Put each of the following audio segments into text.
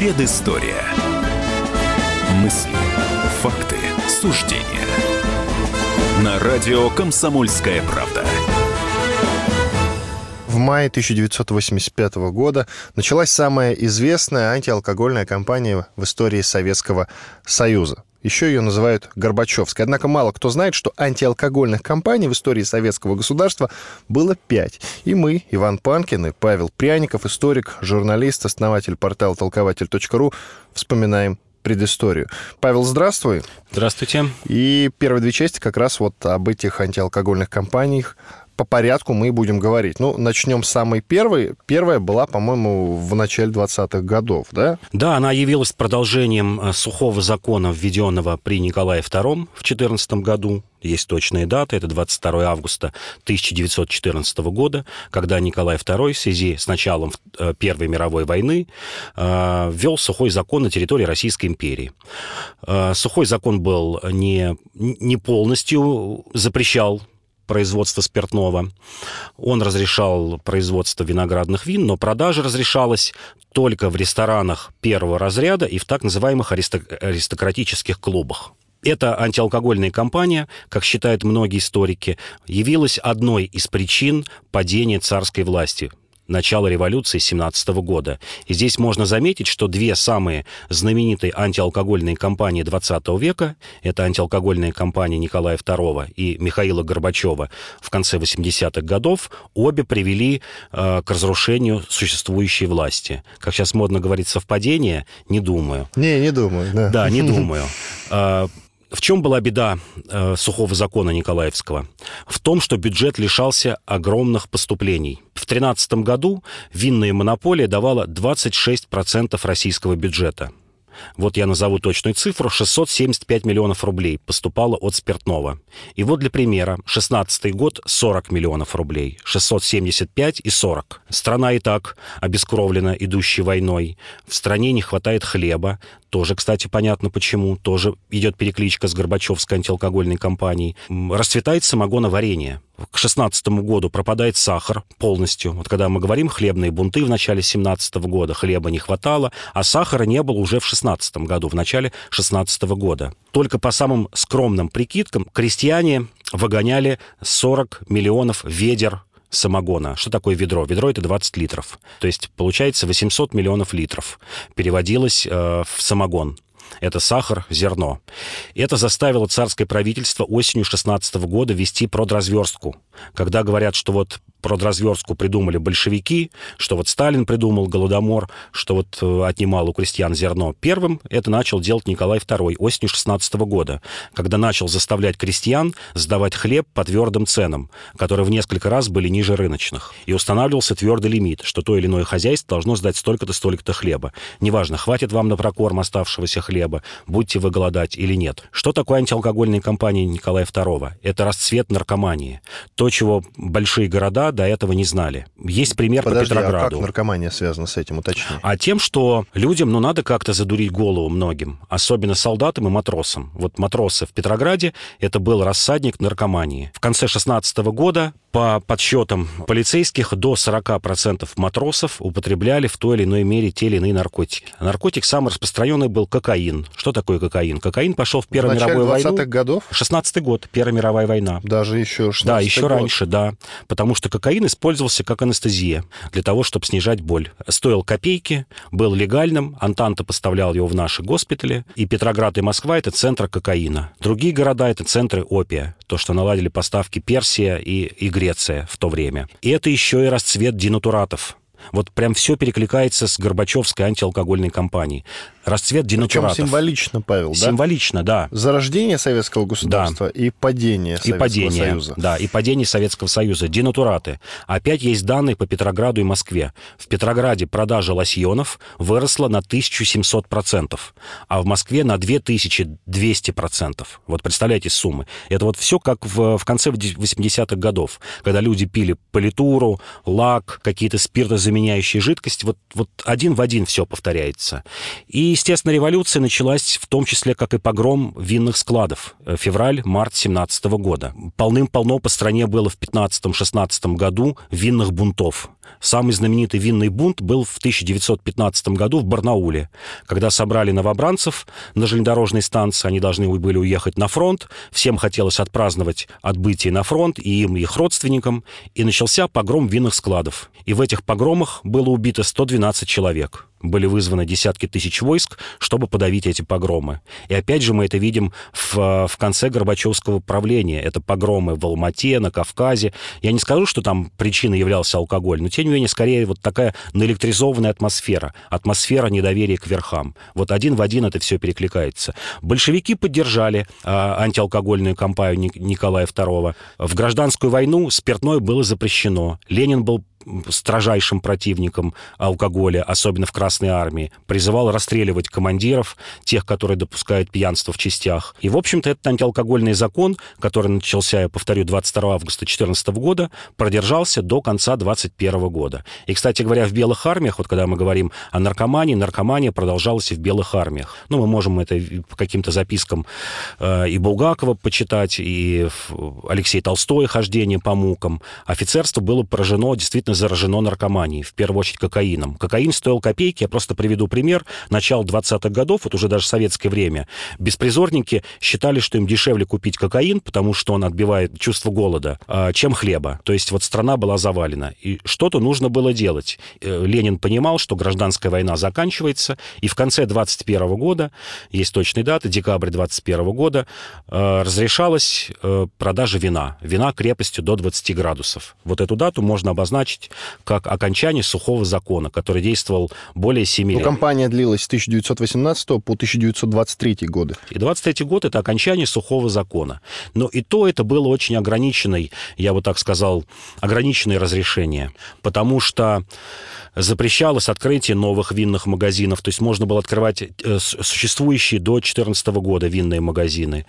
Предыстория. Мысли, факты, суждения. На радио «Комсомольская правда». В мае 1985 года началась самая известная антиалкогольная кампания в истории Советского Союза. Еще ее называют Горбачевской. Однако мало кто знает, что антиалкогольных кампаний в истории советского государства было 5. И мы, Иван Панкин и Павел Пряников, историк, журналист, основатель портала толкователь.ру, вспоминаем предысторию. Павел, здравствуй. Здравствуйте. И первые 2 части как раз вот об этих антиалкогольных кампаниях. По порядку мы будем говорить. Ну, начнем с самой первой. Первая была, по-моему, в начале 20-х годов, да? Да, она явилась продолжением сухого закона, введенного при Николае II в 2014 году. Есть точные даты, это 22 августа 1914 года, когда Николай II в связи с началом Первой мировой войны ввел сухой закон на территории Российской империи. Сухой закон был не полностью запрещал производство спиртного. Он разрешал производство виноградных вин, но продажа разрешалась только в ресторанах первого разряда и в так называемых аристократических клубах. Эта антиалкогольная кампания, как считают многие историки, явилась одной из причин падения царской власти, начала революции 1917 года. И здесь можно заметить, что 2 самые знаменитые антиалкогольные кампании 20 века, это антиалкогольная кампания Николая II и Михаила Горбачева в конце 80-х годов, обе привели к разрушению существующей власти. Как сейчас модно говорить, совпадение? Не думаю. Не думаю, да. Да, не думаю. В чем была беда сухого закона Николаевского? В том, что бюджет лишался огромных поступлений. В 2013 году винная монополия давала 26% российского бюджета. Вот я назову точную цифру. 675 миллионов рублей поступало от спиртного. И вот для примера. 2016 год 40 миллионов рублей. 675 и 40. Страна и так обескровлена идущей войной. В стране не хватает хлеба. Тоже, кстати, понятно почему. Тоже идет перекличка с Горбачевской антиалкогольной кампанией. Расцветает самогоноварение. К 2016 году пропадает сахар полностью. Вот когда мы говорим хлебные бунты в начале 2017 года, хлеба не хватало, а сахара не было уже в 2016 году, в начале 2016 года. Только по самым скромным прикидкам крестьяне выгоняли 40 миллионов ведер самогона. Что такое ведро? Ведро — это 20 литров. То есть, получается, 800 миллионов литров переводилось в самогон. Это сахар, зерно. Это заставило царское правительство осенью 2016 года вести продразверстку. Когда говорят, что вот продразверстку придумали большевики, что вот Сталин придумал голодомор, что вот отнимал у крестьян зерно. Первым это начал делать Николай II осенью 2016 года, когда начал заставлять крестьян сдавать хлеб по твердым ценам, которые в несколько раз были ниже рыночных. И устанавливался твердый лимит, что то или иное хозяйство должно сдать столько-то, столько-то хлеба. Неважно, хватит вам на прокорм оставшегося хлеба, будете вы голодать или нет. Что такое антиалкогольная кампания Николая II? Это расцвет наркомании. То, чего большие города до этого не знали. Есть пример по Петрограду. А как наркомания связана с этим, уточни? А тем, что людям, надо как-то задурить голову многим, особенно солдатам и матросам. Вот матросы в Петрограде — это был рассадник наркомании. В конце 2016 года, по подсчетам полицейских, до 40% матросов употребляли в той или иной мере те или иные наркотики. Наркотик самый распространенный был кокаин. Что такое кокаин? Кокаин пошел в Первую мировую войну. В начале 20-х годов? 16-й год, Первая мировая война. Даже еще 16-й Да, еще год. раньше, да. Потому что кокаин использовался как анестезия для того, чтобы снижать боль. Стоил копейки, был легальным, Антанта поставлял его в наши госпитали, и Петроград и Москва — это центры кокаина. Другие города — это центры опия, то, что наладили поставки Персия и Греция в то время. И это еще и расцвет денатуратов. Вот прям все перекликается с Горбачевской антиалкогольной кампанией. Расцвет денатуратов. Причем символично, Павел, да? Символично, да. Зарождение советского государства, да, и падение Советского Союза. Да, и падение Советского Союза. Денатураты. Опять есть данные по Петрограду и Москве. В Петрограде продажа лосьонов выросла на 1700%, а в Москве на 2200%. Вот представляете суммы. Это вот все как в конце 80-х годов, когда люди пили политуру, лак, какие-то спиртозаменяющие жидкости. Вот один в один все повторяется. И, естественно, революция началась в том числе, как и погром винных складов. Февраль-март 1917 года. Полным-полно по стране было в 15-16 году винных бунтов. Самый знаменитый винный бунт был в 1915 году в Барнауле, когда собрали новобранцев на железнодорожной станции, они должны были уехать на фронт, всем хотелось отпраздновать отбытие на фронт, и им, и их родственникам, и начался погром винных складов. И в этих погромах было убито 112 человек. Были вызваны десятки тысяч войск, чтобы подавить эти погромы. И опять же мы это видим в конце Горбачевского правления. Это погромы в Алмате, на Кавказе. Я не скажу, что там причиной являлся алкоголь, но тем не менее, скорее вот такая наэлектризованная атмосфера. Атмосфера недоверия к верхам. Вот один в один это все перекликается. Большевики поддержали антиалкогольную кампанию Николая II. В гражданскую войну спиртное было запрещено. Ленин был строжайшим противником алкоголя, особенно в Красной армии, призывал расстреливать командиров, тех, которые допускают пьянство в частях. И, в общем-то, этот антиалкогольный закон, который начался, я повторю, 22 августа 2014 года, продержался до конца 2021 года. И, кстати говоря, в белых армиях, вот когда мы говорим о наркомании, наркомания продолжалась и в белых армиях. Ну, мы можем это по каким-то запискам и Булгакова почитать, и Алексей Толстой «Хождение по мукам». Офицерство было поражено, действительно заражено наркоманией, в первую очередь кокаином. Кокаин стоил копейки, я просто приведу пример. Начало 20-х годов, вот уже даже в советское время, беспризорники считали, что им дешевле купить кокаин, потому что он отбивает чувство голода, чем хлеба. То есть вот страна была завалена. И что-то нужно было делать. Ленин понимал, что гражданская война заканчивается, и в конце 21 года, есть точные даты, декабрь 21 года, разрешалась продажа вина. Вина крепостью до 20 градусов. Вот эту дату можно обозначить как окончание сухого закона, который действовал более 7 лет. Кампания длилась с 1918 по 1923 годы. И 23 год — это окончание сухого закона. Но и то это было очень ограниченное, я бы так сказал, ограниченное разрешение, потому что запрещалось открытие новых винных магазинов, то есть можно было открывать существующие до 2014 года винные магазины.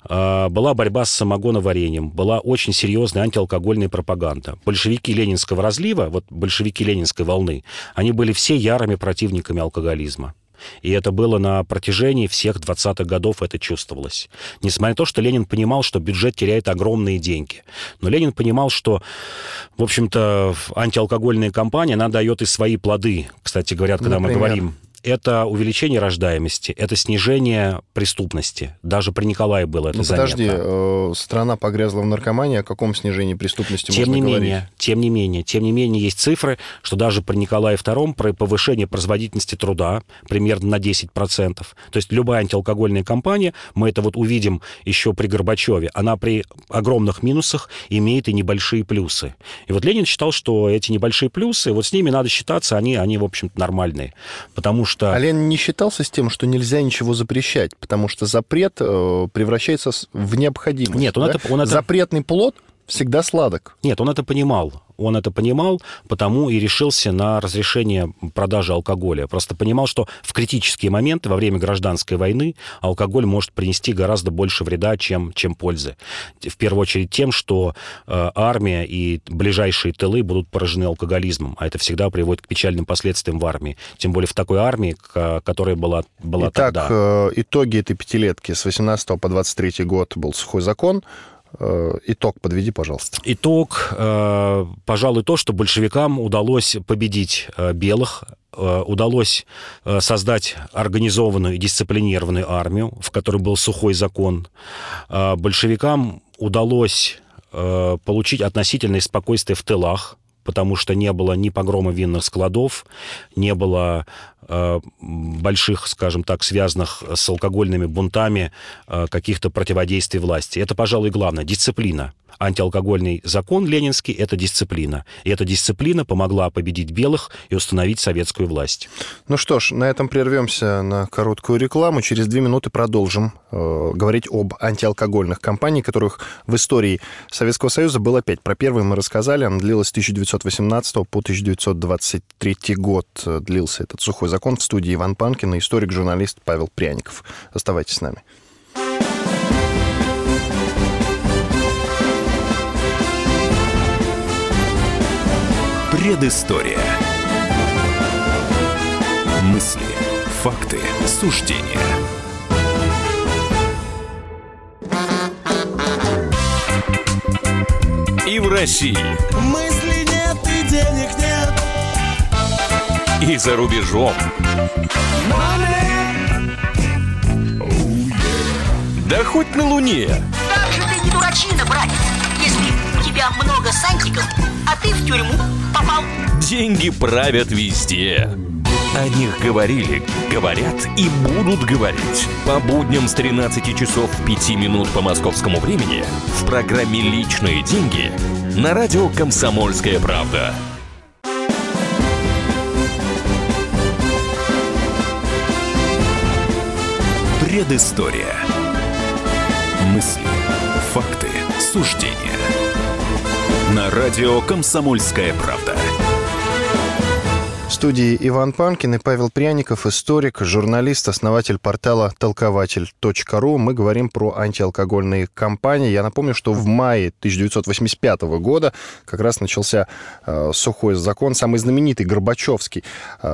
Была борьба с самогоноварением, была очень серьезная антиалкогольная пропаганда. Большевики ленинского разлива, вот большевики ленинской волны, они были все ярыми противниками алкоголизма. И это было на протяжении всех 20-х годов, это чувствовалось. Несмотря на то, что Ленин понимал, что бюджет теряет огромные деньги. Но Ленин понимал, что, в общем-то, антиалкогольная кампания, она дает и свои плоды. Кстати говоря, когда мы говорим... Это увеличение рождаемости, это снижение преступности. Даже при Николае было это заметно. Подожди, страна погрязла в наркомании, о каком снижении преступности можно говорить? Тем не менее, есть цифры, что даже при Николае II при повышении производительности труда примерно на 10%. То есть любая антиалкогольная кампания, мы это вот увидим еще при Горбачеве, она при огромных минусах имеет и небольшие плюсы. И вот Ленин считал, что эти небольшие плюсы, вот с ними надо считаться, они в общем-то, нормальные. Потому что... А Ленин не считался с тем, что нельзя ничего запрещать, потому что запрет превращается в необходимость. Нет, Запретный плод всегда сладок. Нет, он это понимал. Он это понимал, потому и решился на разрешение продажи алкоголя. Просто понимал, что в критические моменты во время гражданской войны алкоголь может принести гораздо больше вреда, чем пользы. В первую очередь тем, что армия и ближайшие тылы будут поражены алкоголизмом, а это всегда приводит к печальным последствиям в армии. Тем более в такой армии, которая была тогда. Итак, итоги этой пятилетки с 18 по 23 год был сухой закон. Итог подведи, пожалуйста. Итог, пожалуй, то, что большевикам удалось победить белых, удалось создать организованную и дисциплинированную армию, в которой был сухой закон. Большевикам удалось получить относительное спокойствие в тылах, потому что не было ни погрома винных складов, не было больших, скажем так, связанных с алкогольными бунтами каких-то противодействий власти. Это, пожалуй, главное. Дисциплина. Антиалкогольный закон ленинский — это дисциплина. И эта дисциплина помогла победить белых и установить советскую власть. Ну что ж, на этом прервемся на короткую рекламу. Через 2 минуты продолжим говорить об антиалкогольных кампаниях, которых в истории Советского Союза было 5. Про первую мы рассказали. Она длилась с 1918 по 1923 год. Длился этот сухой закон. В студии Иван Панкин и историк-журналист Павел Пряников. Оставайтесь с нами. Предыстория. Мысли, факты, суждения. И в России. Мысли нет и денег нет. и за рубежом. Да хоть на Луне. Как же ты не дурачина, братец, если у тебя много сантиков, а ты в тюрьму попал. Деньги правят везде. О них говорили, говорят и будут говорить. По будням с 13 часов 5 минут по московскому времени в программе «Личные деньги» на радио «Комсомольская правда». Предыстория. Мысли, факты, суждения. На радио «Комсомольская правда». В студии Иван Панкин и Павел Пряников, историк, журналист, основатель портала толкователь.ру. Мы говорим про антиалкогольные кампании. Я напомню, что в мае 1985 года как раз начался сухой закон, самый знаменитый, Горбачевский.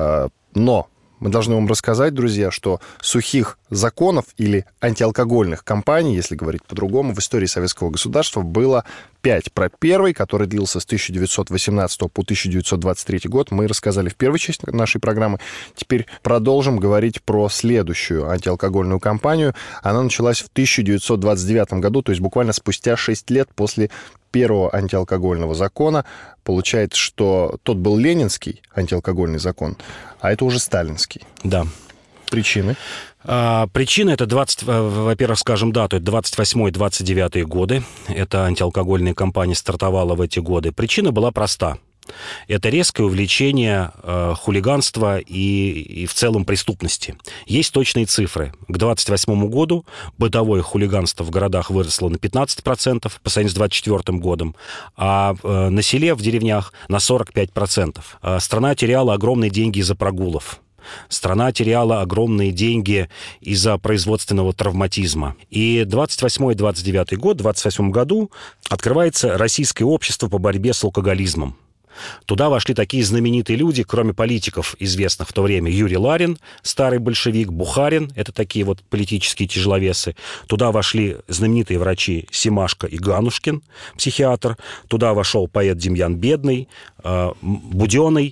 Но мы должны вам рассказать, друзья, что сухих законов или антиалкогольных кампаний, если говорить по-другому, в истории советского государства было 5. Про первый, который длился с 1918 по 1923 год, мы рассказали в первой части нашей программы. Теперь продолжим говорить про следующую антиалкогольную кампанию. Она началась в 1929 году, то есть буквально спустя 6 лет после первого антиалкогольного закона. Получается, что тот был ленинский антиалкогольный закон, а это уже сталинский. Да. Причины? Причина это во-первых, скажем дату, это 28-29 годы. Это антиалкогольная кампания стартовала в эти годы. Причина была проста. Это резкое увеличение хулиганства и в целом преступности. Есть точные цифры. К 28 году бытовое хулиганство в городах выросло на 15% по сравнению с 24 годом, а на селе, в деревнях, на 45%. Страна теряла огромные деньги из-за прогулов. Страна теряла огромные деньги из-за производственного травматизма. И 28 и 29 год, в 28 году открывается Российское общество по борьбе с алкоголизмом. Туда вошли такие знаменитые люди, кроме политиков, известных в то время. Юрий Ларин, старый большевик, Бухарин, это такие вот политические тяжеловесы. Туда вошли знаменитые врачи Семашко и Ганушкин, психиатр. Туда вошел поэт Демьян Бедный, Буденный.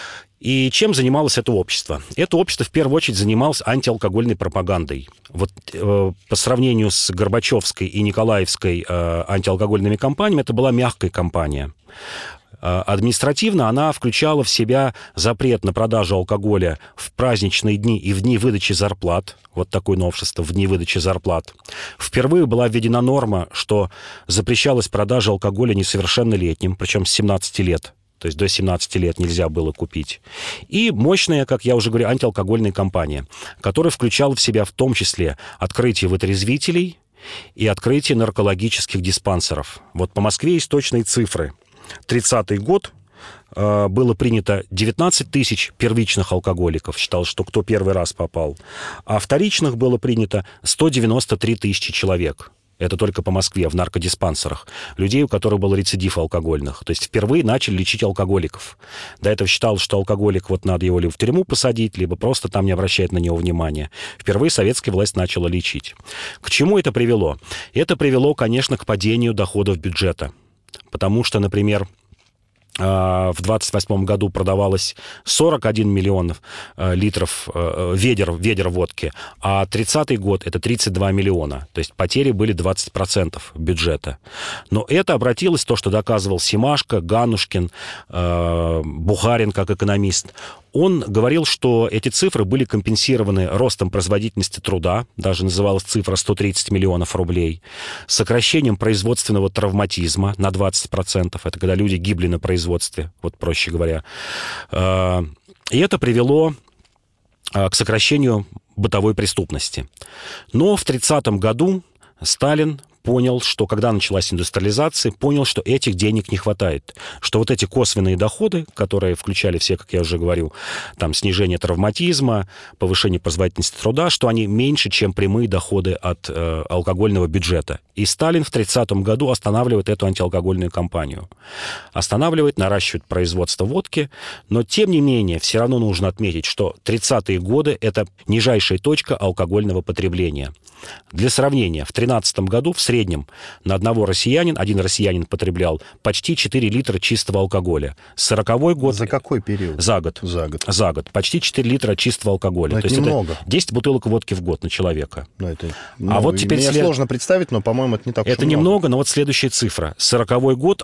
И чем занималось это общество? Это общество в первую очередь занималось антиалкогольной пропагандой. Вот по сравнению с Горбачевской и Николаевской антиалкогольными кампаниями, это была мягкая кампания. Административно она включала в себя запрет на продажу алкоголя в праздничные дни и в дни выдачи зарплат. Вот такое новшество, в дни выдачи зарплат. Впервые была введена норма, что запрещалась продажа алкоголя несовершеннолетним, причем с 17 лет. То есть до 17 лет нельзя было купить. И мощная, как я уже говорю, антиалкогольная кампания, которая включала в себя в том числе открытие вытрезвителей и открытие наркологических диспансеров. Вот по Москве есть точные цифры. 30-й год было принято 19 тысяч первичных алкоголиков, считалось, что кто первый раз попал, а вторичных было принято 193 тысячи человек. Это только по Москве, в наркодиспансерах. Людей, у которых был рецидив алкогольных. То есть впервые начали лечить алкоголиков. До этого считалось, что алкоголик, вот надо его либо в тюрьму посадить, либо просто там не обращать на него внимания. Впервые советская власть начала лечить. К чему это привело? Это привело, конечно, к падению доходов бюджета. Потому что, например, в 28 году продавалось 41 миллион литров ведер водки, а 30-й год это 32 миллиона. То есть потери были 20% бюджета. Но это обратилось в то, что доказывал Семашко, Ганушкин, Бухарин как экономист. Он говорил, что эти цифры были компенсированы ростом производительности труда, даже называлась цифра 130 миллионов рублей, сокращением производственного травматизма на 20%, это когда люди гибли на производстве, вот проще говоря. И это привело к сокращению бытовой преступности. Но в 30-м году Сталин понял, что когда началась индустриализация, понял, что этих денег не хватает. Что вот эти косвенные доходы, которые включали все, как я уже говорю, там снижение травматизма, повышение производительности труда, что они меньше, чем прямые доходы от алкогольного бюджета. И Сталин в 30-м году останавливает эту антиалкогольную кампанию. Останавливает, наращивает производство водки, но тем не менее все равно нужно отметить, что 30-е годы — это нижайшая точка алкогольного потребления. Для сравнения, в 2013 году в среднем среднем на один россиянин потреблял почти 4 литра чистого алкоголя. 40-й год... За какой период? За год. За год. Почти 4 литра чистого алкоголя. Но то это есть немного. это 10 бутылок водки в год на человека. Но это, а вот теперь мне сложно представить, но, по-моему, это не так уж это немного, но вот следующая цифра. 40-й год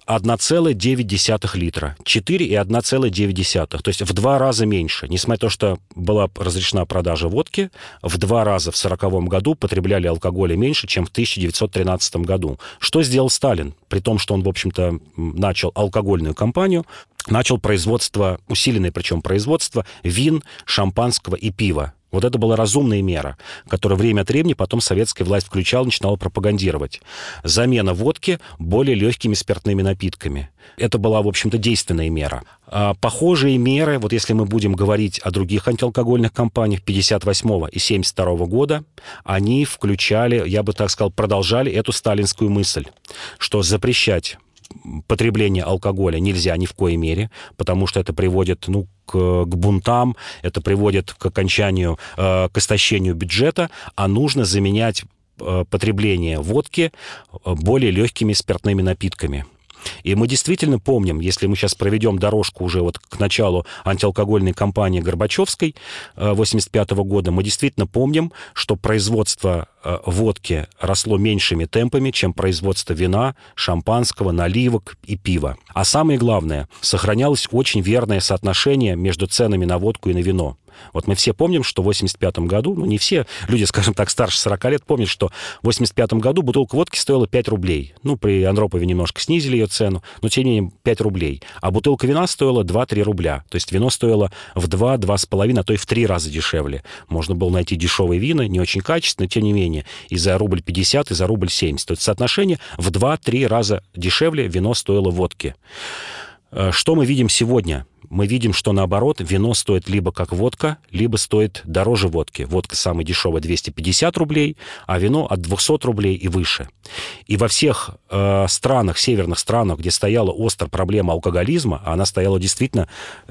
1,9 литра. 4 и 1,9. То есть в 2 раза меньше. Несмотря на то, что была разрешена продажа водки, в 2 раза в 40-м году потребляли алкоголя меньше, чем в 1913 году. Что сделал Сталин? При том, что он, в общем-то, начал алкогольную кампанию, начал производство, усиленное причем производство вин, шампанского и пива. Вот это была разумная мера, которую время от времени потом советская власть включала, начинала пропагандировать. Замена водки более легкими спиртными напитками. Это была, в общем-то, действенная мера. Похожие меры, вот если мы будем говорить о других антиалкогольных кампаниях 58 и 72 года, они включали, я бы так сказал, продолжали эту сталинскую мысль, что запрещать потребление алкоголя нельзя ни в коей мере, потому что это приводит, к бунтам, это приводит к окончанию, к истощению бюджета, а нужно заменять потребление водки более легкими спиртными напитками. И мы действительно помним, если мы сейчас проведем дорожку уже вот к началу антиалкогольной кампании Горбачевской 1985 года, мы действительно помним, что производство водки росло меньшими темпами, чем производство вина, шампанского, наливок и пива. А самое главное, сохранялось очень верное соотношение между ценами на водку и на вино. Вот мы все помним, что в 1985 году, не все люди, скажем так, старше 40 лет, помнят, что в 1985 году бутылка водки стоила 5 рублей. При Андропове немножко снизили ее цену, но тем не менее 5 рублей. А бутылка вина стоила 2-3 рубля. То есть вино стоило в 2-2,5, а то и в 3 раза дешевле. Можно было найти дешевые вина, не очень качественные, тем не менее, и за рубль 50, и за рубль 70. То есть соотношение в 2-3 раза дешевле вино стоило водки. Что мы видим сегодня? Мы видим, что наоборот, вино стоит либо как водка, либо стоит дороже водки. Водка самая дешевая 250 рублей, а вино от 200 рублей и выше. И во всех странах, северных странах, где стояла острая проблема алкоголизма, а она стояла действительно,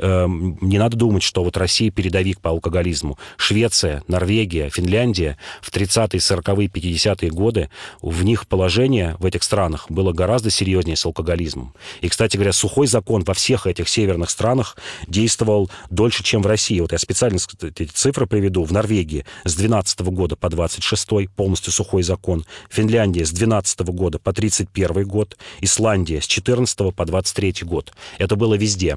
не надо думать, что вот Россия передовик по алкоголизму. Швеция, Норвегия, Финляндия в 30-е, 40-е, 50-е годы, в них положение в этих странах было гораздо серьезнее с алкоголизмом. И, кстати говоря, сухой закон во всех этих северных странах действовал дольше, чем в России. Вот я специально эти цифры приведу. В Норвегии с 12 года по 26 полностью сухой закон. Финляндия с 12 года по 31 год. Исландия с 14 по 23 год. Это было везде.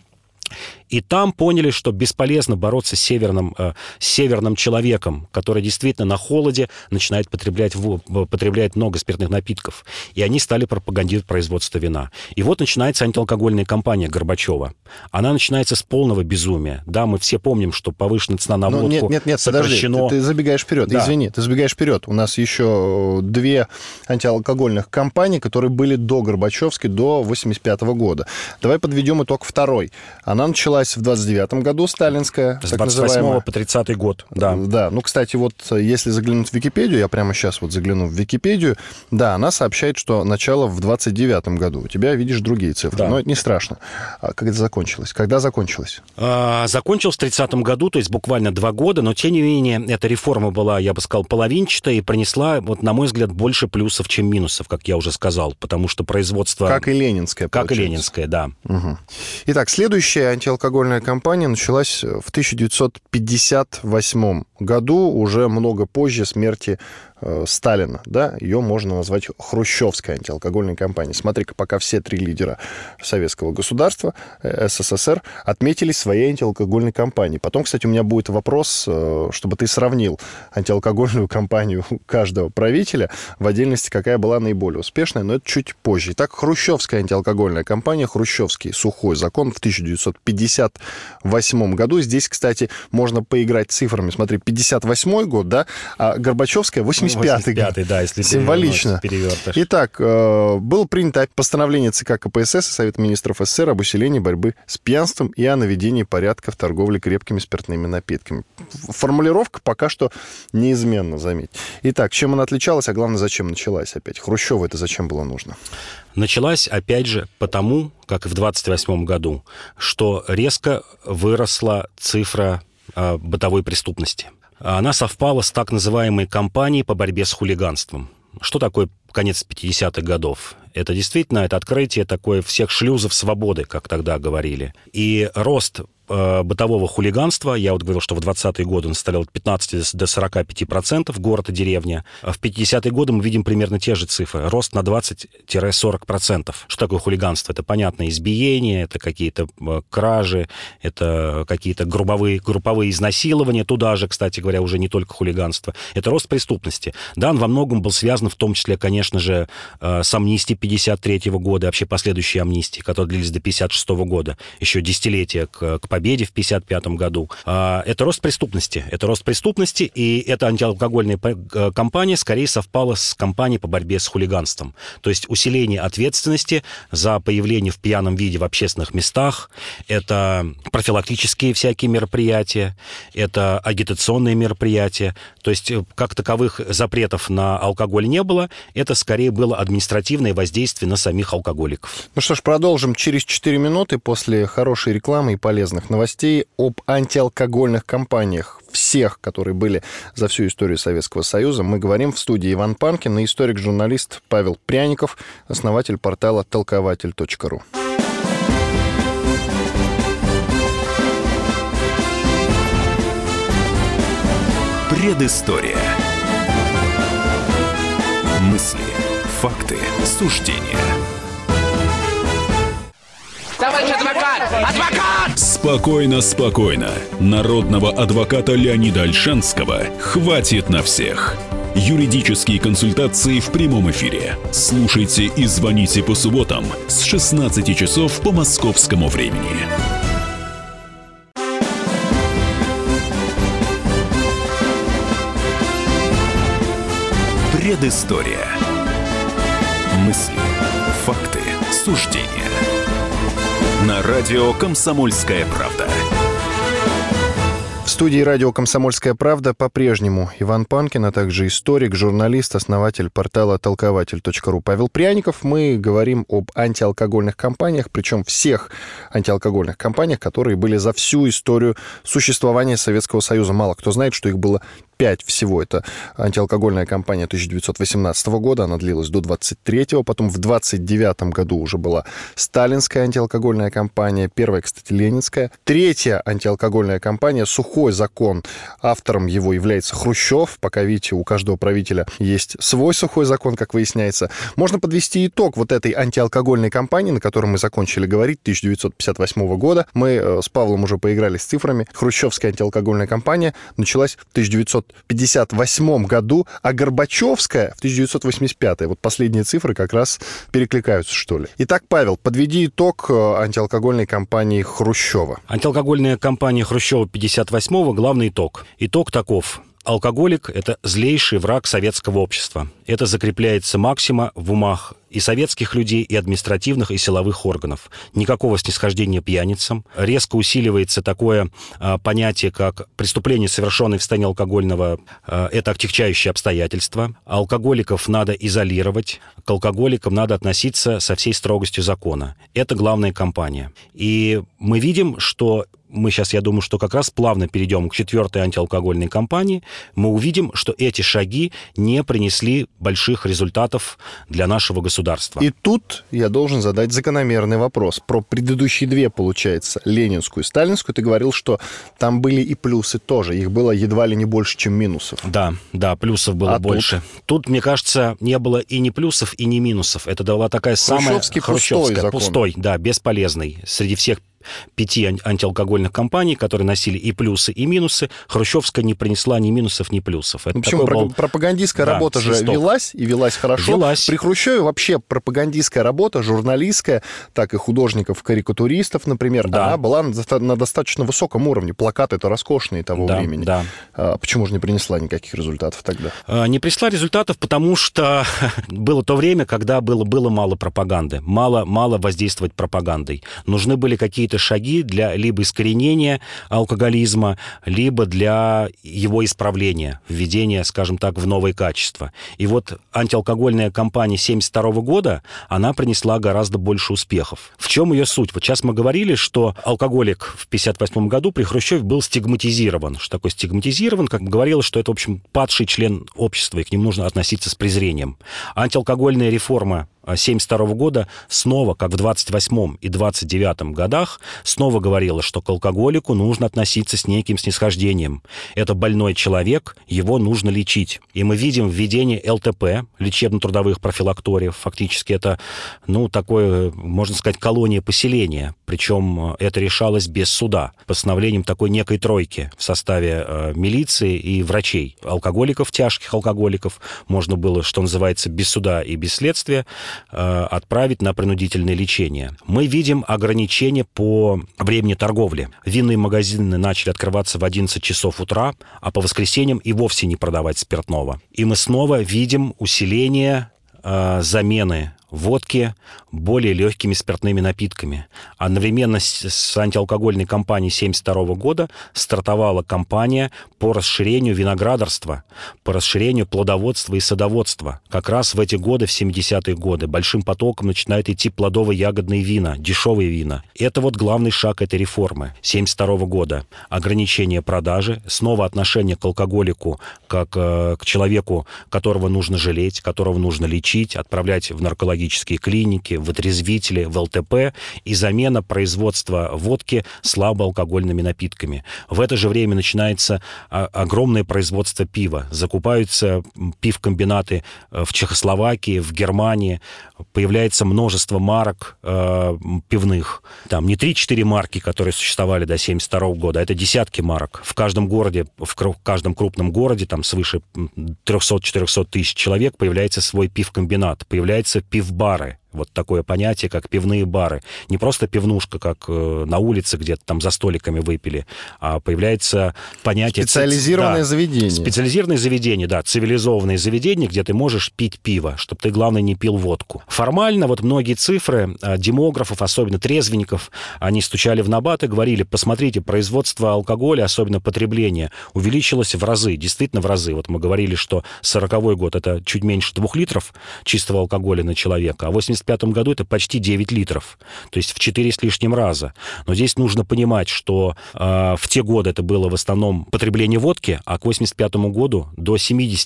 И там поняли, что бесполезно бороться с северным человеком, который действительно на холоде начинает потребляет много спиртных напитков. И они стали пропагандировать производство вина. И вот начинается антиалкогольная кампания Горбачева. Она начинается с полного безумия. Да, мы все помним, что повышенная цена на водку сокращена. Подожди, ты забегаешь вперед. Да. Извини, ты забегаешь вперед. У нас еще 2 антиалкогольных кампании, которые были до Горбачевской, до 1985 года. Давай подведем итог второй. Она началась в 29 году, сталинская, с 28 по 30 год, да. Да, кстати, вот если заглянуть в Википедию, я прямо сейчас вот загляну в Википедию, да, она сообщает, что начало в 29 году. У тебя, видишь, другие цифры, да. Но это не страшно. А как это закончилось? Когда закончилось? Закончилось в 30 году, то есть буквально 2 года, но, тем не менее, эта реформа была, я бы сказал, половинчатая и принесла, вот, на мой взгляд, больше плюсов, чем минусов, как я уже сказал, потому что производство... Как и ленинская, получается. Как и ленинская, да. Угу. Итак, следующая антиалкогольная кампания началась в 1958 году, уже много позже смерти Сталина, да, ее можно назвать хрущевской антиалкогольной кампанией. Смотри-ка, пока все 3 лидера советского государства, СССР, отметились своей антиалкогольной кампанией. Потом, кстати, у меня будет вопрос, чтобы ты сравнил антиалкогольную кампанию каждого правителя, в отдельности, какая была наиболее успешная, но это чуть позже. Итак, хрущевская антиалкогольная кампания, хрущевский сухой закон в 1958 году. Здесь, кстати, можно поиграть цифрами. Смотри, 58 год, да, а Горбачевская 85-й год. Да, если символично. Итак, было принято постановление ЦК КПСС и Совета министров СССР об усилении борьбы с пьянством и о наведении порядка в торговле крепкими спиртными напитками. Формулировка пока что неизменна, заметь. Итак, чем она отличалась, а главное, зачем началась опять? Хрущеву это зачем было нужно? Началась, опять же, потому, как и в 1928 году, что резко выросла цифра бытовой преступности. Она совпала с так называемой кампанией по борьбе с хулиганством. Что такое конец 50-х годов? Это действительно это открытие такое всех шлюзов свободы, как тогда говорили. И рост бытового хулиганства, я вот говорил, что в 20-е годы он составлял от 15 до 45% город и деревня. А в 50-е годы мы видим примерно те же цифры. Рост на 20-40%. Что такое хулиганство? Это, понятно, избиение, это какие-то кражи, это какие-то групповые изнасилования. Туда же, кстати говоря, уже не только хулиганство. Это рост преступности. Да, он во многом был связан, в том числе, конечно же, с амнистией 53-го года, вообще последующие амнистии, которые длились до 56-го года, еще десятилетия к победе в 1955 году. Это рост преступности. Это рост преступности, и эта антиалкогольная кампания скорее совпала с кампанией по борьбе с хулиганством. То есть усиление ответственности за появление в пьяном виде в общественных местах, это профилактические всякие мероприятия, это агитационные мероприятия. То есть как таковых запретов на алкоголь не было, это скорее было административное воздействие на самих алкоголиков. Ну что ж, продолжим через 4 минуты после хорошей рекламы и полезных новостей об антиалкогольных кампаниях. Всех, которые были за всю историю Советского Союза. Мы говорим в студии Иван Панкин и историк-журналист Павел Пряников, основатель портала толкователь.ру. Предыстория. Мысли, факты, суждения. Товарищ адвокат! Адвокат! Спокойно, спокойно. Народного адвоката Леонида Ольшанского хватит на всех. Юридические консультации в прямом эфире. Слушайте и звоните по субботам с 16 часов по московскому времени. Предыстория. Мысли, факты, суждения. На радио «Комсомольская правда». В студии радио «Комсомольская правда» по-прежнему Иван Панкин, а также историк, журналист, основатель портала толкователь.ру Павел Пряников. Мы говорим об антиалкогольных кампаниях, причем всех антиалкогольных кампаниях, которые были за всю историю существования Советского Союза. Мало кто знает, что их было 5 всего. Это антиалкогольная кампания 1918 года, она длилась до 23-го, потом в 29-м году уже была сталинская антиалкогольная кампания, первая, кстати, ленинская. Третья антиалкогольная кампания «Сухой закон». Автором его является Хрущев. Пока, видите, у каждого правителя есть свой сухой закон, как выясняется. Можно подвести итог вот этой антиалкогольной кампании, на которой мы закончили говорить, 1958 года. Мы с Павлом уже поиграли с цифрами. Хрущевская антиалкогольная кампания началась в 1958 году, а Горбачевская в 1985. Вот последние цифры как раз перекликаются, что ли. Итак, Павел, подведи итог антиалкогольной кампании Хрущева. Антиалкогольная кампания Хрущева 58-го, главный итог. Итог таков. Алкоголик – это злейший враг советского общества. Это закрепляется максима в умах и советских людей, и административных, и силовых органов. Никакого снисхождения пьяницам. Резко усиливается такое понятие, как преступление, совершенное в состоянии алкогольного, это отягчающее обстоятельство. Алкоголиков надо изолировать, к алкоголикам надо относиться со всей строгостью закона. Это главная кампания. И мы видим, что мы сейчас, я думаю, что как раз плавно перейдем к 4-й антиалкогольной кампании, мы увидим, что эти шаги не принесли больших результатов для нашего государства. И тут я должен задать закономерный вопрос. Про предыдущие две, получается, ленинскую и сталинскую, ты говорил, что там были и плюсы тоже. Их было едва ли не больше, чем минусов. Да, плюсов было больше. Тут, мне кажется, не было и ни плюсов, и ни минусов. Это была такая самая хрущевская, пустой, да, бесполезный. Среди всех 5 антиалкогольных кампаний, которые носили и плюсы, и минусы, Хрущевская не принесла ни минусов, ни плюсов. Это почему? Пропагандистская работа же велась, и велась хорошо. При Хрущеве вообще пропагандистская работа, журналистская, так и художников-карикатуристов, например, она была на достаточно высоком уровне. Плакаты это роскошные того времени. Да. Почему же не принесла никаких результатов тогда? Не принесла результатов, потому что было то время, когда было мало пропаганды, мало воздействовать пропагандой. Нужны были какие-то какие-то шаги для либо искоренения алкоголизма, либо для его исправления, введения, скажем так, в новые качества. И вот антиалкогольная кампания 1972 года, она принесла гораздо больше успехов. В чем ее суть? Вот сейчас мы говорили, что алкоголик в 1958 году при Хрущеве был стигматизирован. Что такое стигматизирован? Как бы говорилось, что это, в общем, падший член общества, и к ним нужно относиться с презрением. Антиалкогольная реформа 1972 года снова, как в 28 и 29 годах, снова говорила, что к алкоголику нужно относиться с неким снисхождением. Это больной человек, его нужно лечить. И мы видим введение ЛТП, лечебно-трудовых профилакториев. Фактически это, такое, можно сказать, колония поселения. Причем это решалось без суда, постановлением такой некой тройки в составе милиции и врачей. Алкоголиков, тяжких алкоголиков можно было, что называется, без суда и без следствия отправить на принудительное лечение. Мы видим ограничения по времени торговли. Винные магазины начали открываться в 11 часов утра, а по воскресеньям и вовсе не продавать спиртного. И мы снова видим усиление замены водки более легкими спиртными напитками. Одновременно с антиалкогольной кампанией 1972 года стартовала кампания по расширению виноградарства, по расширению плодоводства и садоводства. Как раз в эти годы, в 70-е годы, большим потоком начинают идти плодово-ягодные вина, дешевые вина. Это вот главный шаг этой реформы 1972 года. Ограничение продажи, снова отношение к алкоголику как к человеку, которого нужно жалеть, которого нужно лечить, отправлять в наркологические клиники, в отрезвители, в ЛТП, и замена производства водки слабоалкогольными напитками. В это же время начинается огромное производство пива. Закупаются пивкомбинаты в Чехословакии, в Германии. Появляется множество марок пивных. Там не 3-4 марки, которые существовали до 1972 года, а это десятки марок. В каждом городе, в каждом крупном городе, там свыше 300-400 тысяч человек, появляется свой пивкомбинат, появляются пивбары. Вот такое понятие, как пивные бары. Не просто пивнушка, как на улице где-то там за столиками выпили, а появляется понятие... Специализированное заведение. Специализированное заведение, да, цивилизованное заведение, где ты можешь пить пиво, чтобы ты, главное, не пил водку. Формально вот многие цифры демографов, особенно трезвенников, они стучали в набат и говорили: посмотрите, производство алкоголя, особенно потребление, увеличилось в разы, действительно в разы. Вот мы говорили, что 40-й год это чуть меньше 2 литров чистого алкоголя на человека, а в 85 году это почти 9 литров, то есть в 4 с лишним раза. Но здесь нужно понимать, что в те годы это было в основном потребление водки, а к 85 году до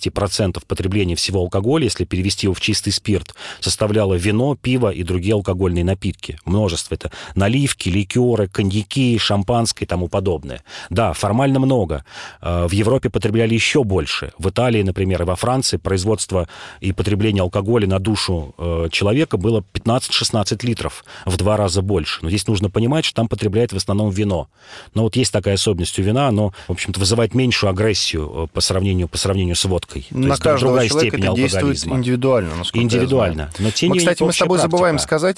70% потребления всего алкоголя, если перевести его в чистый спирт, составляло вино, пиво и другие алкогольные напитки. Множество. Это наливки, ликеры, коньяки, шампанское и тому подобное. Да, формально много. В Европе потребляли еще больше. В Италии, например, и во Франции производство и потребление алкоголя на душу человека было 15-16 литров, в 2 раза больше. Но здесь нужно понимать, что там потребляют в основном вино. Но вот есть такая особенность у вина, оно, в общем-то, вызывает меньшую агрессию по сравнению с водкой. На каждого человека это действует индивидуально, насколько индивидуально. Я знаю. Но, кстати, мы с тобой забываем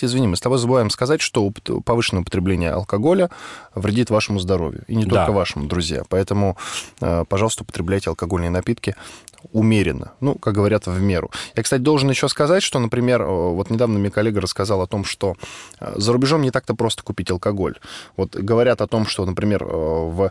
сказать, что повышенное употребление алкоголя вредит вашему здоровью. И не только вашему, друзья. Поэтому, пожалуйста, употребляйте алкогольные напитки умеренно, как говорят, в меру. Я, кстати, должен еще сказать, что, например, вот недавно мне коллега рассказал о том, что за рубежом не так-то просто купить алкоголь. Вот говорят о том, что, например, в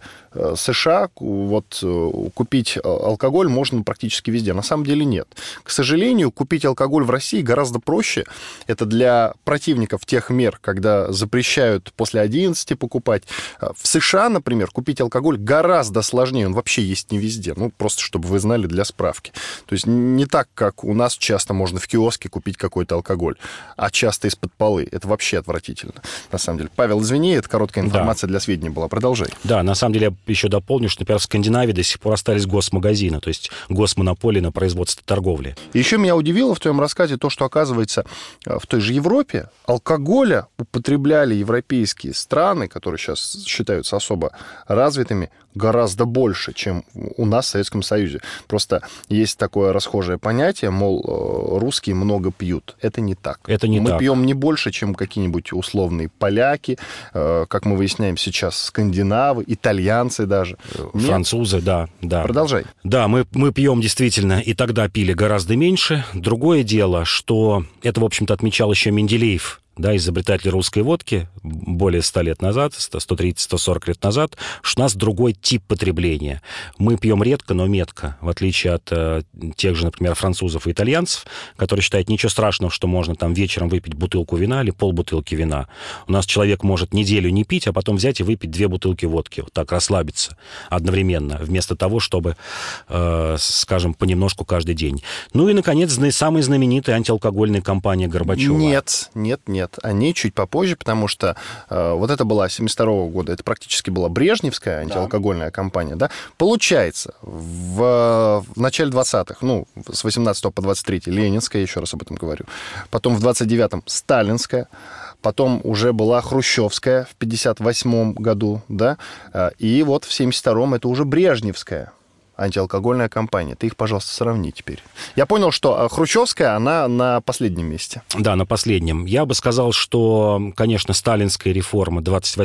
США вот купить алкоголь можно практически везде. На самом деле нет. К сожалению, купить алкоголь в России гораздо проще. Это для противников тех мер, когда запрещают после 11 покупать. В США, например, купить алкоголь гораздо сложнее. Он вообще есть не везде. Просто чтобы вы знали, для справки. То есть не так, как у нас часто можно в киоске купить какой-то алкоголь, а часто из-под полы. Это вообще отвратительно, на самом деле. Павел, извини, это короткая информация для сведения была. Продолжай. Да, на самом деле я еще дополню, что, например, в Скандинавии до сих пор остались госмагазины, то есть госмонополии на производство торговли. И еще меня удивило в твоем рассказе то, что, оказывается, в той же Европе алкоголя употребляли европейские страны, которые сейчас считаются особо развитыми, гораздо больше, чем у нас в Советском Союзе. Просто есть такое расхожее понятие, мол, русские много пьют. Это не так. Мы пьем не больше, чем какие-нибудь условные поляки, как мы выясняем сейчас, скандинавы, итальянцы даже. Французы, да. Продолжай. Да, мы пьем действительно, и тогда пили гораздо меньше. Другое дело, что это, в общем-то, отмечал еще Менделеев да, изобретатели русской водки более 100 лет назад, 130-140 лет назад, что у нас другой тип потребления. Мы пьем редко, но метко, в отличие от тех же, например, французов и итальянцев, которые считают, ничего страшного, что можно там вечером выпить бутылку вина или полбутылки вина. У нас человек может неделю не пить, а потом взять и выпить 2 бутылки водки, вот так расслабиться одновременно, вместо того, чтобы, скажем, понемножку каждый день. Ну и, наконец, самая знаменитая антиалкогольная кампания Горбачева. Нет. Они чуть попозже, потому что вот это была 1972 года, это практически была брежневская антиалкогольная кампания, да? Получается, в начале 20-х, ну, с 18 по 23 ленинская, еще раз об этом говорю, потом в 29-м сталинская, потом уже была хрущевская в 58 году, да? И вот в 72-м это уже брежневская антиалкогольная кампания. Ты их, пожалуйста, сравни теперь. Я понял, что хрущевская, она на последнем месте. Да, на последнем. Я бы сказал, что, конечно, сталинская реформа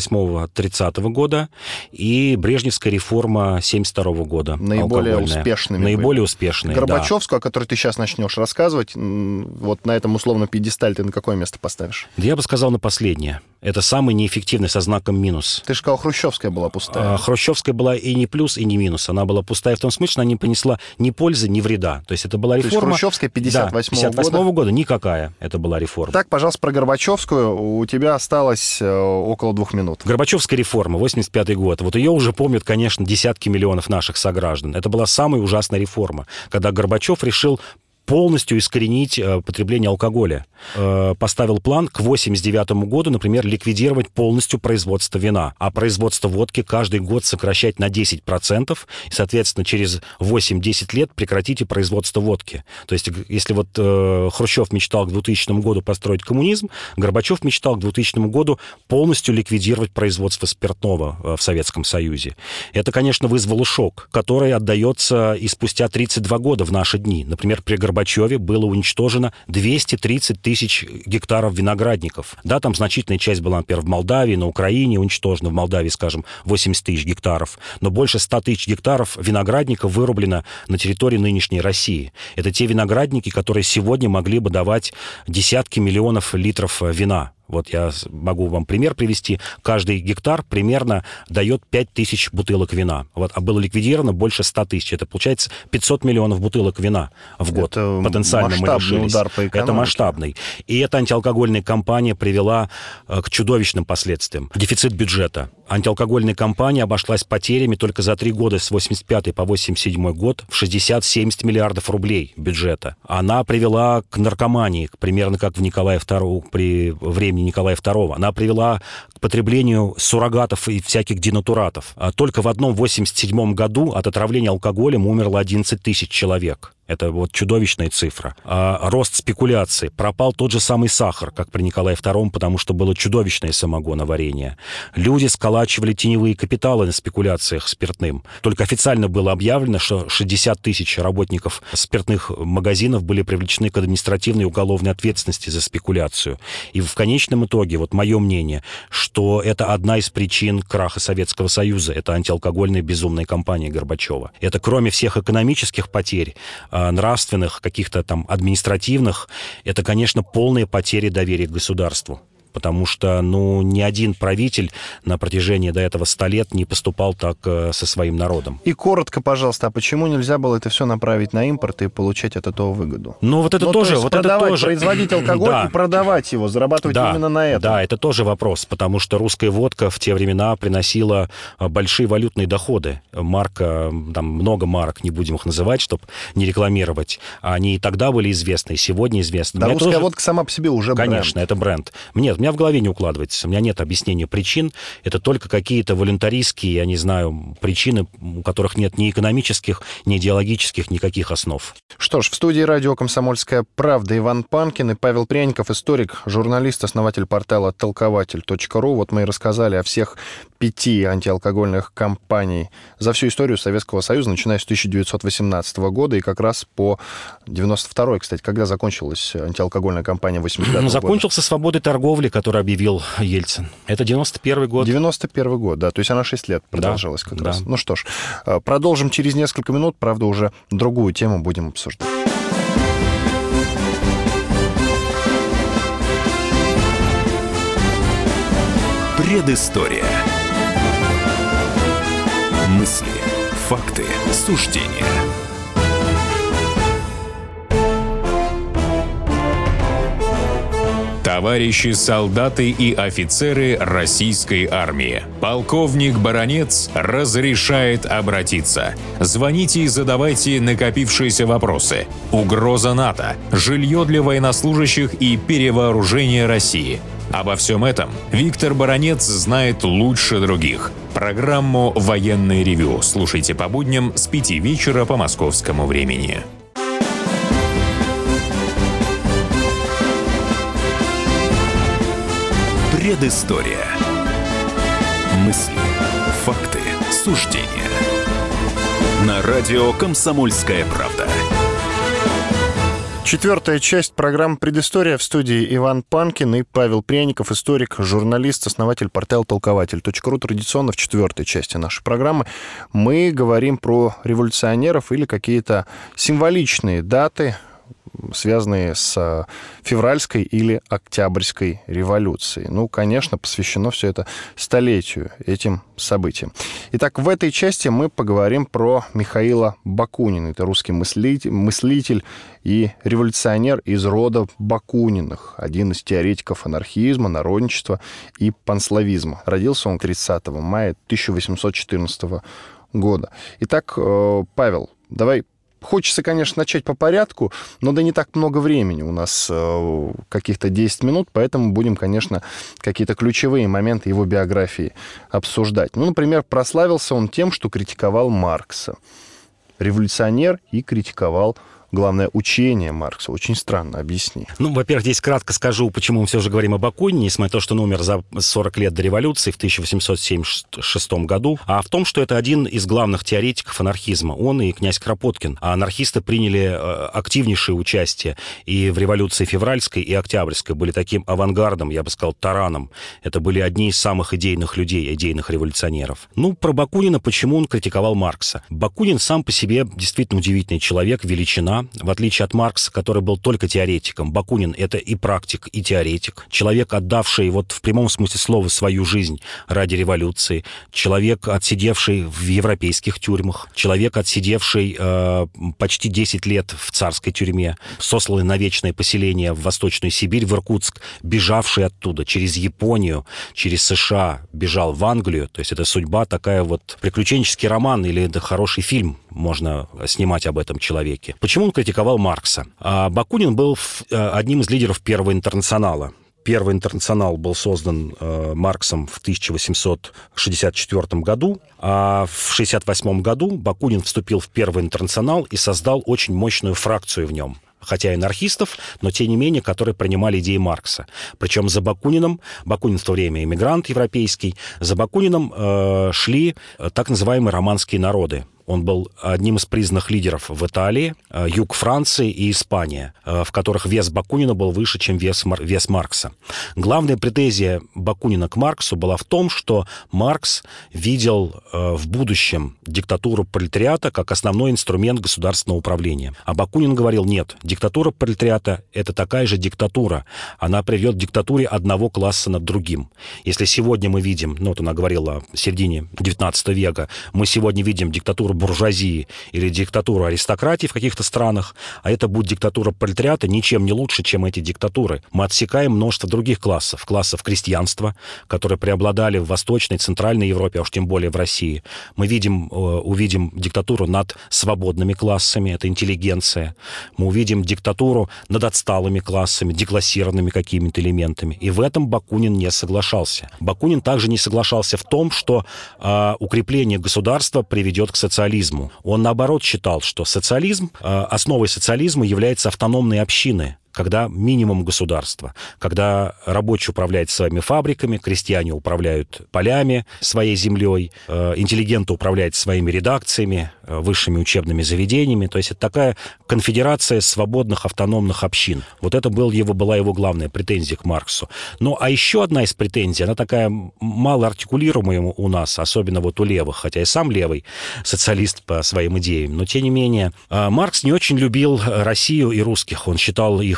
28-30 года и брежневская реформа 72 года. Наиболее успешными. Наиболее успешные, Горбачевскую, о которой ты сейчас начнешь рассказывать, вот на этом условно пьедестале ты на какое место поставишь? Да я бы сказал на последнее. Это самый неэффективный со знаком минус. Ты же сказал, хрущевская была пустая. Хрущевская была и не плюс, и не минус. Она была пустая в том смысле, что она не понесла ни пользы, ни вреда. То есть это была реформа... То есть хрущевская 58-го года никакая это была реформа. Так, пожалуйста, про Горбачевскую у тебя осталось около 2 минут. Горбачевская реформа, 85-й год. Вот ее уже помнят, конечно, десятки миллионов наших сограждан. Это была самая ужасная реформа, когда Горбачев решил полностью искоренить потребление алкоголя. Поставил план к 1989 году, например, ликвидировать полностью производство вина, а производство водки каждый год сокращать на 10%, и, соответственно, через 8-10 лет прекратить и производство водки. То есть, если вот Хрущев мечтал к 2000 году построить коммунизм, Горбачев мечтал к 2000 году полностью ликвидировать производство спиртного в Советском Союзе. Это, конечно, вызвало шок, который отдается и спустя 32 года в наши дни. Например, при Горбачеве было уничтожено 230 тысяч гектаров виноградников. Да, там значительная часть была, например, в Молдавии, на Украине уничтожена. В Молдавии, скажем, 80 тысяч гектаров. Но больше 100 тысяч гектаров виноградников вырублено на территории нынешней России. Это те виноградники, которые сегодня могли бы давать десятки миллионов литров вина. Вот я могу вам пример привести. Каждый гектар примерно дает 5000 бутылок вина. Вот, а было ликвидировано больше 100 тысяч. Это получается 500 миллионов бутылок вина в год. Это потенциально мы лишились. Удар по экономике. Это масштабный. И эта антиалкогольная кампания привела к чудовищным последствиям. Дефицит бюджета. Антиалкогольная кампания обошлась потерями только за 3 года с 85 по 87 год в 60-70 миллиардов рублей бюджета. Она привела к наркомании, примерно как в Николае II при времени Николая II. Она привела к потреблению суррогатов и всяких денатуратов. Только в одном 87 году от отравления алкоголем умерло 11 тысяч человек. Это вот чудовищная цифра. Рост спекуляций. Пропал тот же самый сахар, как при Николае II, потому что было чудовищное самогоноварение. Люди сколачивали теневые капиталы на спекуляциях спиртным. Только официально было объявлено, что 60 тысяч работников спиртных магазинов были привлечены к административной и уголовной ответственности за спекуляцию. И в конечном итоге, вот мое мнение, что это одна из причин краха Советского Союза. Это антиалкогольная безумная кампания Горбачева. Это кроме всех экономических потерь, нравственных, каких-то там административных, это, конечно, полная потеря доверия к государству. Потому что, ни один правитель на протяжении до этого 100 лет не поступал так со своим народом. И коротко, пожалуйста, а почему нельзя было это все направить на импорт и получать от этого выгоду? Вот это тоже... Вот это тоже производить алкоголь и продавать его, зарабатывать именно на этом. Да, это тоже вопрос, потому что русская водка в те времена приносила большие валютные доходы. Марка, там много марок, не будем их называть, чтобы не рекламировать. Они и тогда были известны, и сегодня известны. Да, русская водка сама по себе уже бренд. Конечно, это бренд. Нет, у меня в голове не укладывается. У меня нет объяснения причин. Это только какие-то волюнтаристские, я не знаю, причины, у которых нет ни экономических, ни идеологических никаких основ. Что ж, в студии радио «Комсомольская правда» Иван Панкин и Павел Пряников, историк, журналист, основатель портала толкователь.ру. Вот мы и рассказали о всех 5 антиалкогольных кампаний за всю историю Советского Союза, начиная с 1918 года и как раз по 92-й, кстати, когда закончилась антиалкогольная кампания 85 года. Закончился свободой торговли, который объявил Ельцин. Это 91 год. 91 год, да. То есть она 6 лет продолжалась как раз. Ну что ж, продолжим через несколько минут. Правда, уже другую тему будем обсуждать. Предыстория. Мысли, факты, суждения. Товарищи солдаты и офицеры российской армии. Полковник Баранец разрешает обратиться. Звоните и задавайте накопившиеся вопросы. Угроза НАТО, жилье для военнослужащих и перевооружение России. Обо всем этом Виктор Баранец знает лучше других. Программу «Военное ревю» слушайте по будням с 5 вечера по московскому времени. Предыстория. Мысли, факты, суждения. На радио «Комсомольская правда». Четвертая часть программы «Предыстория». В студии Иван Панкин и Павел Пряников, историк, журналист, основатель портала толкователь.ру. Традиционно в четвертой части нашей программы мы говорим про революционеров или какие-то символичные даты, связанные с февральской или октябрьской революцией. Ну, конечно, посвящено все это столетию этим событиям. Итак, в этой части мы поговорим про Михаила Бакунина. Это русский мыслитель и революционер из рода Бакуниных, один из теоретиков анархизма, народничества и панславизма. Родился он 30 мая 1814 года. Итак, Павел, давай. Хочется, конечно, начать по порядку, но да не так много времени. У нас каких-то 10 минут, поэтому будем, конечно, какие-то ключевые моменты его биографии обсуждать. Ну, например, прославился он тем, что критиковал Маркса. Революционер и критиковал, главное, учение Маркса. Очень странно, объясни. Ну, во-первых, здесь кратко скажу, почему мы все же говорим об Бакунине, несмотря на то, что он умер за 40 лет до революции в 1876 году, а в том, что это один из главных теоретиков анархизма. Он и князь Кропоткин. А анархисты приняли активнейшее участие и в революции февральской, и октябрьской. Были таким авангардом, я бы сказал, тараном. Это были одни из самых идейных людей, идейных революционеров. Ну, про Бакунина, почему он критиковал Маркса. Бакунин сам по себе действительно удивительный человек, величина. В отличие от Маркса, который был только теоретиком, Бакунин — это и практик, и теоретик. Человек, отдавший вот в прямом смысле слова свою жизнь ради революции. Человек, отсидевший в европейских тюрьмах. Человек, отсидевший почти 10 лет в царской тюрьме. Сосланный на вечное поселение в Восточную Сибирь, в Иркутск. Бежавший оттуда через Японию, через США, бежал в Англию. То есть это судьба такая вот, приключенческий роман или это хороший фильм можно снимать об этом человеке. Почему он критиковал Маркса? Бакунин был одним из лидеров Первого интернационала. Первый интернационал был создан Марксом в 1864 году, а в 1968 году Бакунин вступил в Первый интернационал и создал очень мощную фракцию в нем. Хотя и анархистов, но тем не менее, которые принимали идеи Маркса. Причем за Бакуниным, Бакунин в то время эмигрант европейский, за Бакуниным шли так называемые романские народы. Он был одним из признанных лидеров в Италии, юг Франции и Испания, в которых вес Бакунина был выше, чем вес Маркса. Главная претензия Бакунина к Марксу была в том, что Маркс видел в будущем диктатуру пролетариата как основной инструмент государственного управления. А Бакунин говорил, нет, диктатура пролетариата — это такая же диктатура. Она приведет к диктатуре одного класса над другим. Если сегодня мы видим, ну вот она говорила в середине XIX века, мы сегодня видим диктатуру буржуазии или диктатуру аристократии в каких-то странах, а это будет диктатура пролетариата, ничем не лучше, чем эти диктатуры. Мы отсекаем множество других классов крестьянства, которые преобладали в Восточной, Центральной Европе, а уж тем более в России. Мы увидим диктатуру над свободными классами, это интеллигенция. Мы увидим диктатуру над отсталыми классами, деклассированными какими-то элементами. И в этом Бакунин не соглашался. Бакунин также не соглашался в том, что укрепление государства приведет к социализму. Он, наоборот, считал, что основой социализма является автономные общины, когда минимум государства, когда рабочий управляет своими фабриками, крестьяне управляют полями, своей землей, интеллигенты управляют своими редакциями, высшими учебными заведениями. То есть это такая конфедерация свободных автономных общин. Вот это была его главная претензия к Марксу. Ну, а еще одна из претензий, она такая мало артикулируемая у нас, особенно вот у левых, хотя я сам левый социалист по своим идеям, но тем не менее Маркс не очень любил Россию и русских. Он считал их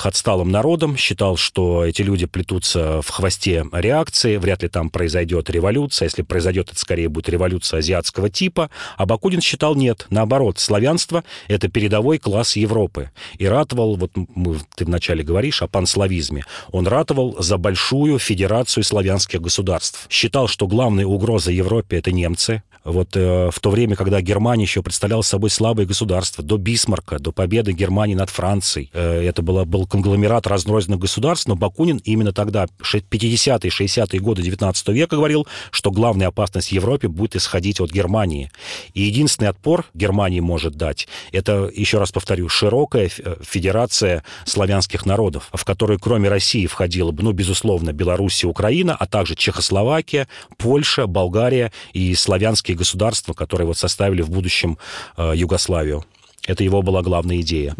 отсталым народом, считал, что эти люди плетутся в хвосте реакции, вряд ли там произойдет революция. Если произойдет, это скорее будет революция азиатского типа. А Бакунин считал нет, наоборот, славянство — это передовой класс Европы. И ратовал, вот ты вначале говоришь о панславизме, он ратовал за большую федерацию славянских государств. Считал, что главная угроза Европе — это немцы. Вот в то время, когда Германия еще представляла собой слабое государство, до Бисмарка, до победы Германии над Францией, это был конгломерат разрозненных государств, но Бакунин именно тогда, 50-е, 60-е годы 19 века, говорил, что главная опасность Европе будет исходить от Германии. И единственный отпор Германии может дать, это, еще раз повторю, широкая федерация славянских народов, в которую кроме России входила бы, безусловно, Белоруссия, Украина, а также Чехословакия, Польша, Болгария и славянские государства, которые вот составили в будущем Югославию. Это его была главная идея.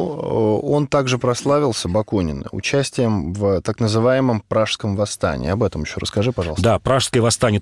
Он также прославился, Бакунин, участием в так называемом Пражском восстании. Об этом еще расскажи, пожалуйста. Да, Пражское восстание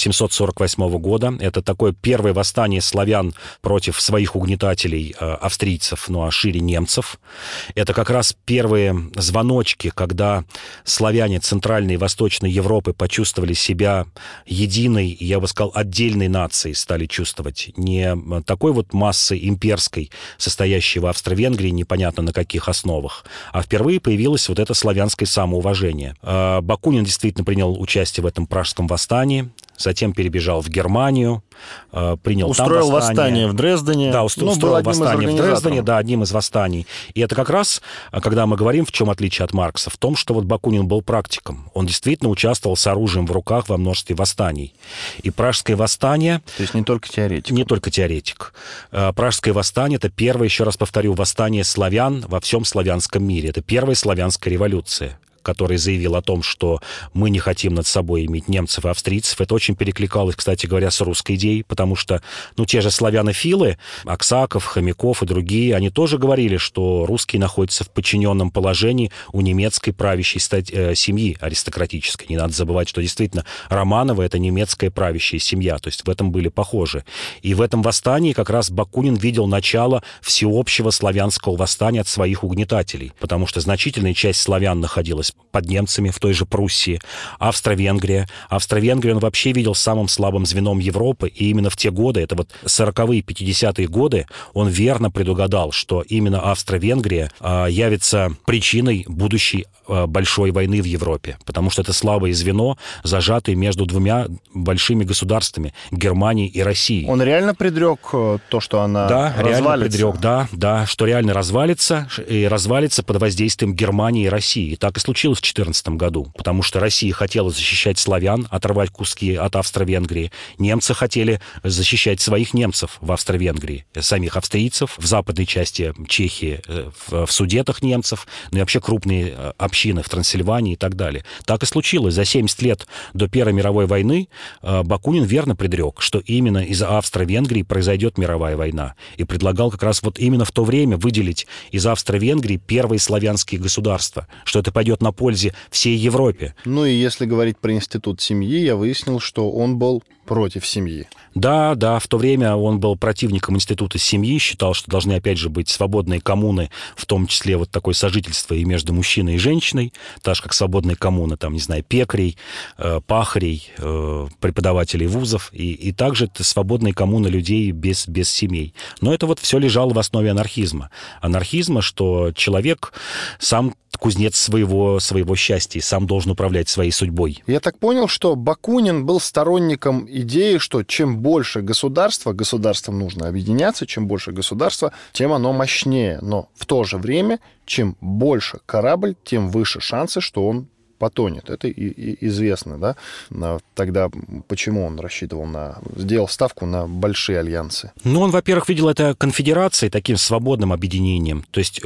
1848 года. Это такое первое восстание славян против своих угнетателей, австрийцев, а шире немцев. Это как раз первые звоночки, когда славяне Центральной и Восточной Европы почувствовали себя единой, я бы сказал, отдельной нацией, стали чувствовать. Не такой вот массы имперской, состоящей в Австро-Венгрии, непонятно на каких основах, а впервые появилось вот это славянское самоуважение. Бакунин действительно принял участие в этом Пражском восстании, затем перебежал в Германию, принял устроил там восстание в Дрездене. Да, устроил восстание в Дрездене, да, одним из восстаний. И это как раз, когда мы говорим, в чем отличие от Маркса, в том, что вот Бакунин был практиком. Он действительно участвовал с оружием в руках во множестве восстаний. И Пражское восстание... То есть не только теоретик. Не только теоретик. Пражское восстание — это первое, еще раз повторю, восстание славян во всем славянском мире. Это первая славянская революция, который заявил о том, что мы не хотим над собой иметь немцев и австрийцев. Это очень перекликалось, кстати говоря, с русской идеей, потому что, те же славянофилы, Аксаков, Хомяков и другие, они тоже говорили, что русские находятся в подчиненном положении у немецкой правящей семьи аристократической. Не надо забывать, что действительно Романовы — это немецкая правящая семья, то есть в этом были похожи. И в этом восстании как раз Бакунин видел начало всеобщего славянского восстания от своих угнетателей, потому что значительная часть славян находилась под немцами в той же Пруссии. Австро-Венгрия. Австро-Венгрию он вообще видел самым слабым звеном Европы, и именно в те годы, это вот 40-е, 50-е годы, он верно предугадал, что именно Австро-Венгрия явится причиной будущей большой войны в Европе, потому что это слабое звено, зажатое между двумя большими государствами, Германией и Россией. Он реально предрек то, что она развалится? Реально предрек, да, что реально развалится, и развалится под воздействием Германии и России. И так и случилось в 2014 году, потому что Россия хотела защищать славян, оторвать куски от Австро-Венгрии. Немцы хотели защищать своих немцев в Австро-Венгрии, самих австрийцев, в западной части Чехии, в Судетах немцев, и вообще крупные общины в Трансильвании и так далее. Так и случилось. За 70 лет до Первой мировой войны Бакунин верно предрек, что именно из-за Австро-Венгрии произойдет мировая война. И предлагал как раз вот именно в то время выделить из Австро-Венгрии первые славянские государства, что это пойдет на пользе всей Европе. И если говорить про институт семьи, я выяснил, что он был против семьи. Да, в то время он был противником института семьи, считал, что должны, опять же, быть свободные коммуны, в том числе вот такое сожительство и между мужчиной и женщиной, так же, как свободные коммуны, пекарей, пахарей, преподавателей вузов, и также свободные коммуны людей без семей. Но это вот все лежало в основе анархизма. Анархизма, что человек сам кузнец своего счастья, и сам должен управлять своей судьбой. Я так понял, что Бакунин был сторонником идеи, что чем больше государствам нужно объединяться, чем больше государства, тем оно мощнее. Но в то же время, чем больше корабль, тем выше шансы, что он потонет. Это и известно, да? Тогда почему он сделал ставку на большие альянсы? Он, во-первых, видел это конфедерацией, таким свободным объединением. То есть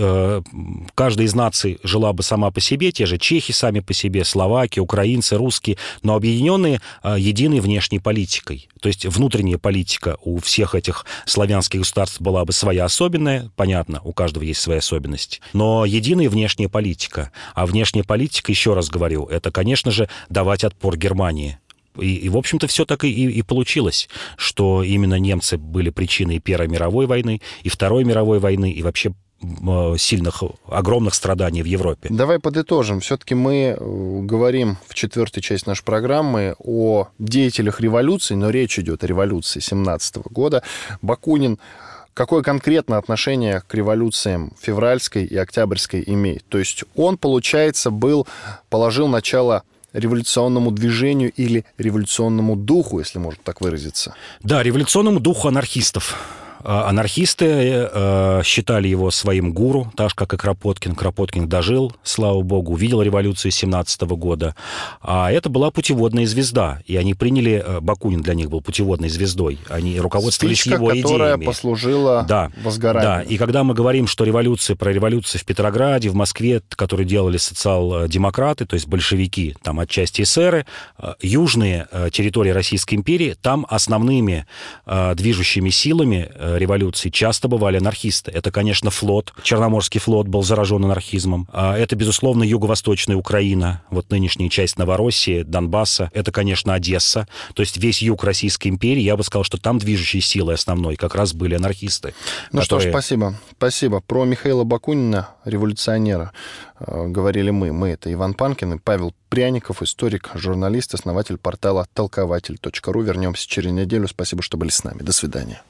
каждая из наций жила бы сама по себе, те же чехи сами по себе, словаки, украинцы, русские, но объединенные единой внешней политикой. То есть внутренняя политика у всех этих славянских государств была бы своя особенная, понятно, у каждого есть своя особенность, но единая внешняя политика. А внешняя политика, еще раз говорю, это, конечно же, давать отпор Германии. И в общем-то, все так и получилось, что именно немцы были причиной Первой мировой войны, и Второй мировой войны, и вообще сильных, огромных страданий в Европе. Давай подытожим. Все-таки мы говорим в 4-й части нашей программы о деятелях революции, но речь идет о революции 17 года. Бакунин какое конкретно отношение к революциям февральской и октябрьской имеет? То есть он, получается, положил начало революционному движению или революционному духу, если можно так выразиться? Да, революционному духу анархистов. Анархисты считали его своим гуру, так же, как и Кропоткин. Кропоткин дожил, слава богу, увидел революцию 17 года. А это была путеводная звезда. И они приняли... Бакунин для них был путеводной звездой. Они руководствовались его идеями. Которая послужила возгоранию. Да, и когда мы говорим, что про революцию в Петрограде, в Москве, которые делали социал-демократы, то есть большевики, там отчасти эсеры, южные территории Российской империи, там основными движущими силами революции часто бывали анархисты. Это, конечно, флот. Черноморский флот был заражен анархизмом. Это, безусловно, юго-восточная Украина, вот нынешняя часть Новороссии, Донбасса. Это, конечно, Одесса. То есть весь юг Российской империи, я бы сказал, что там движущей силой основной как раз были анархисты. Ну что ж, спасибо. Спасибо. Про Михаила Бакунина, революционера, говорили мы. Мы — это Иван Панкин и Павел Пряников, историк, журналист, основатель портала толкователь.ру. Вернемся через неделю. Спасибо, что были с нами. До свидания.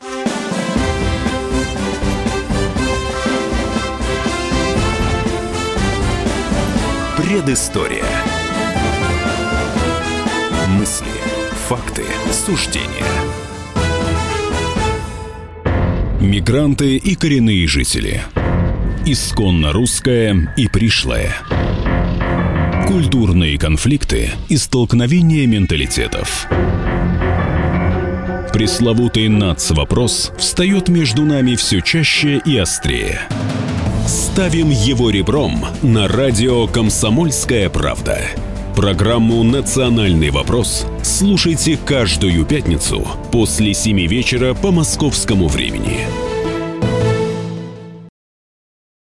Предыстория. Мысли, факты, суждения. Мигранты и коренные жители. Исконно русское и пришлое. Культурные конфликты и столкновения менталитетов. Пресловутый НАЦ-вопрос встает между нами все чаще и острее. Ставим его ребром на радио «Комсомольская правда». Программу «Национальный вопрос» слушайте каждую пятницу после 7 вечера по московскому времени.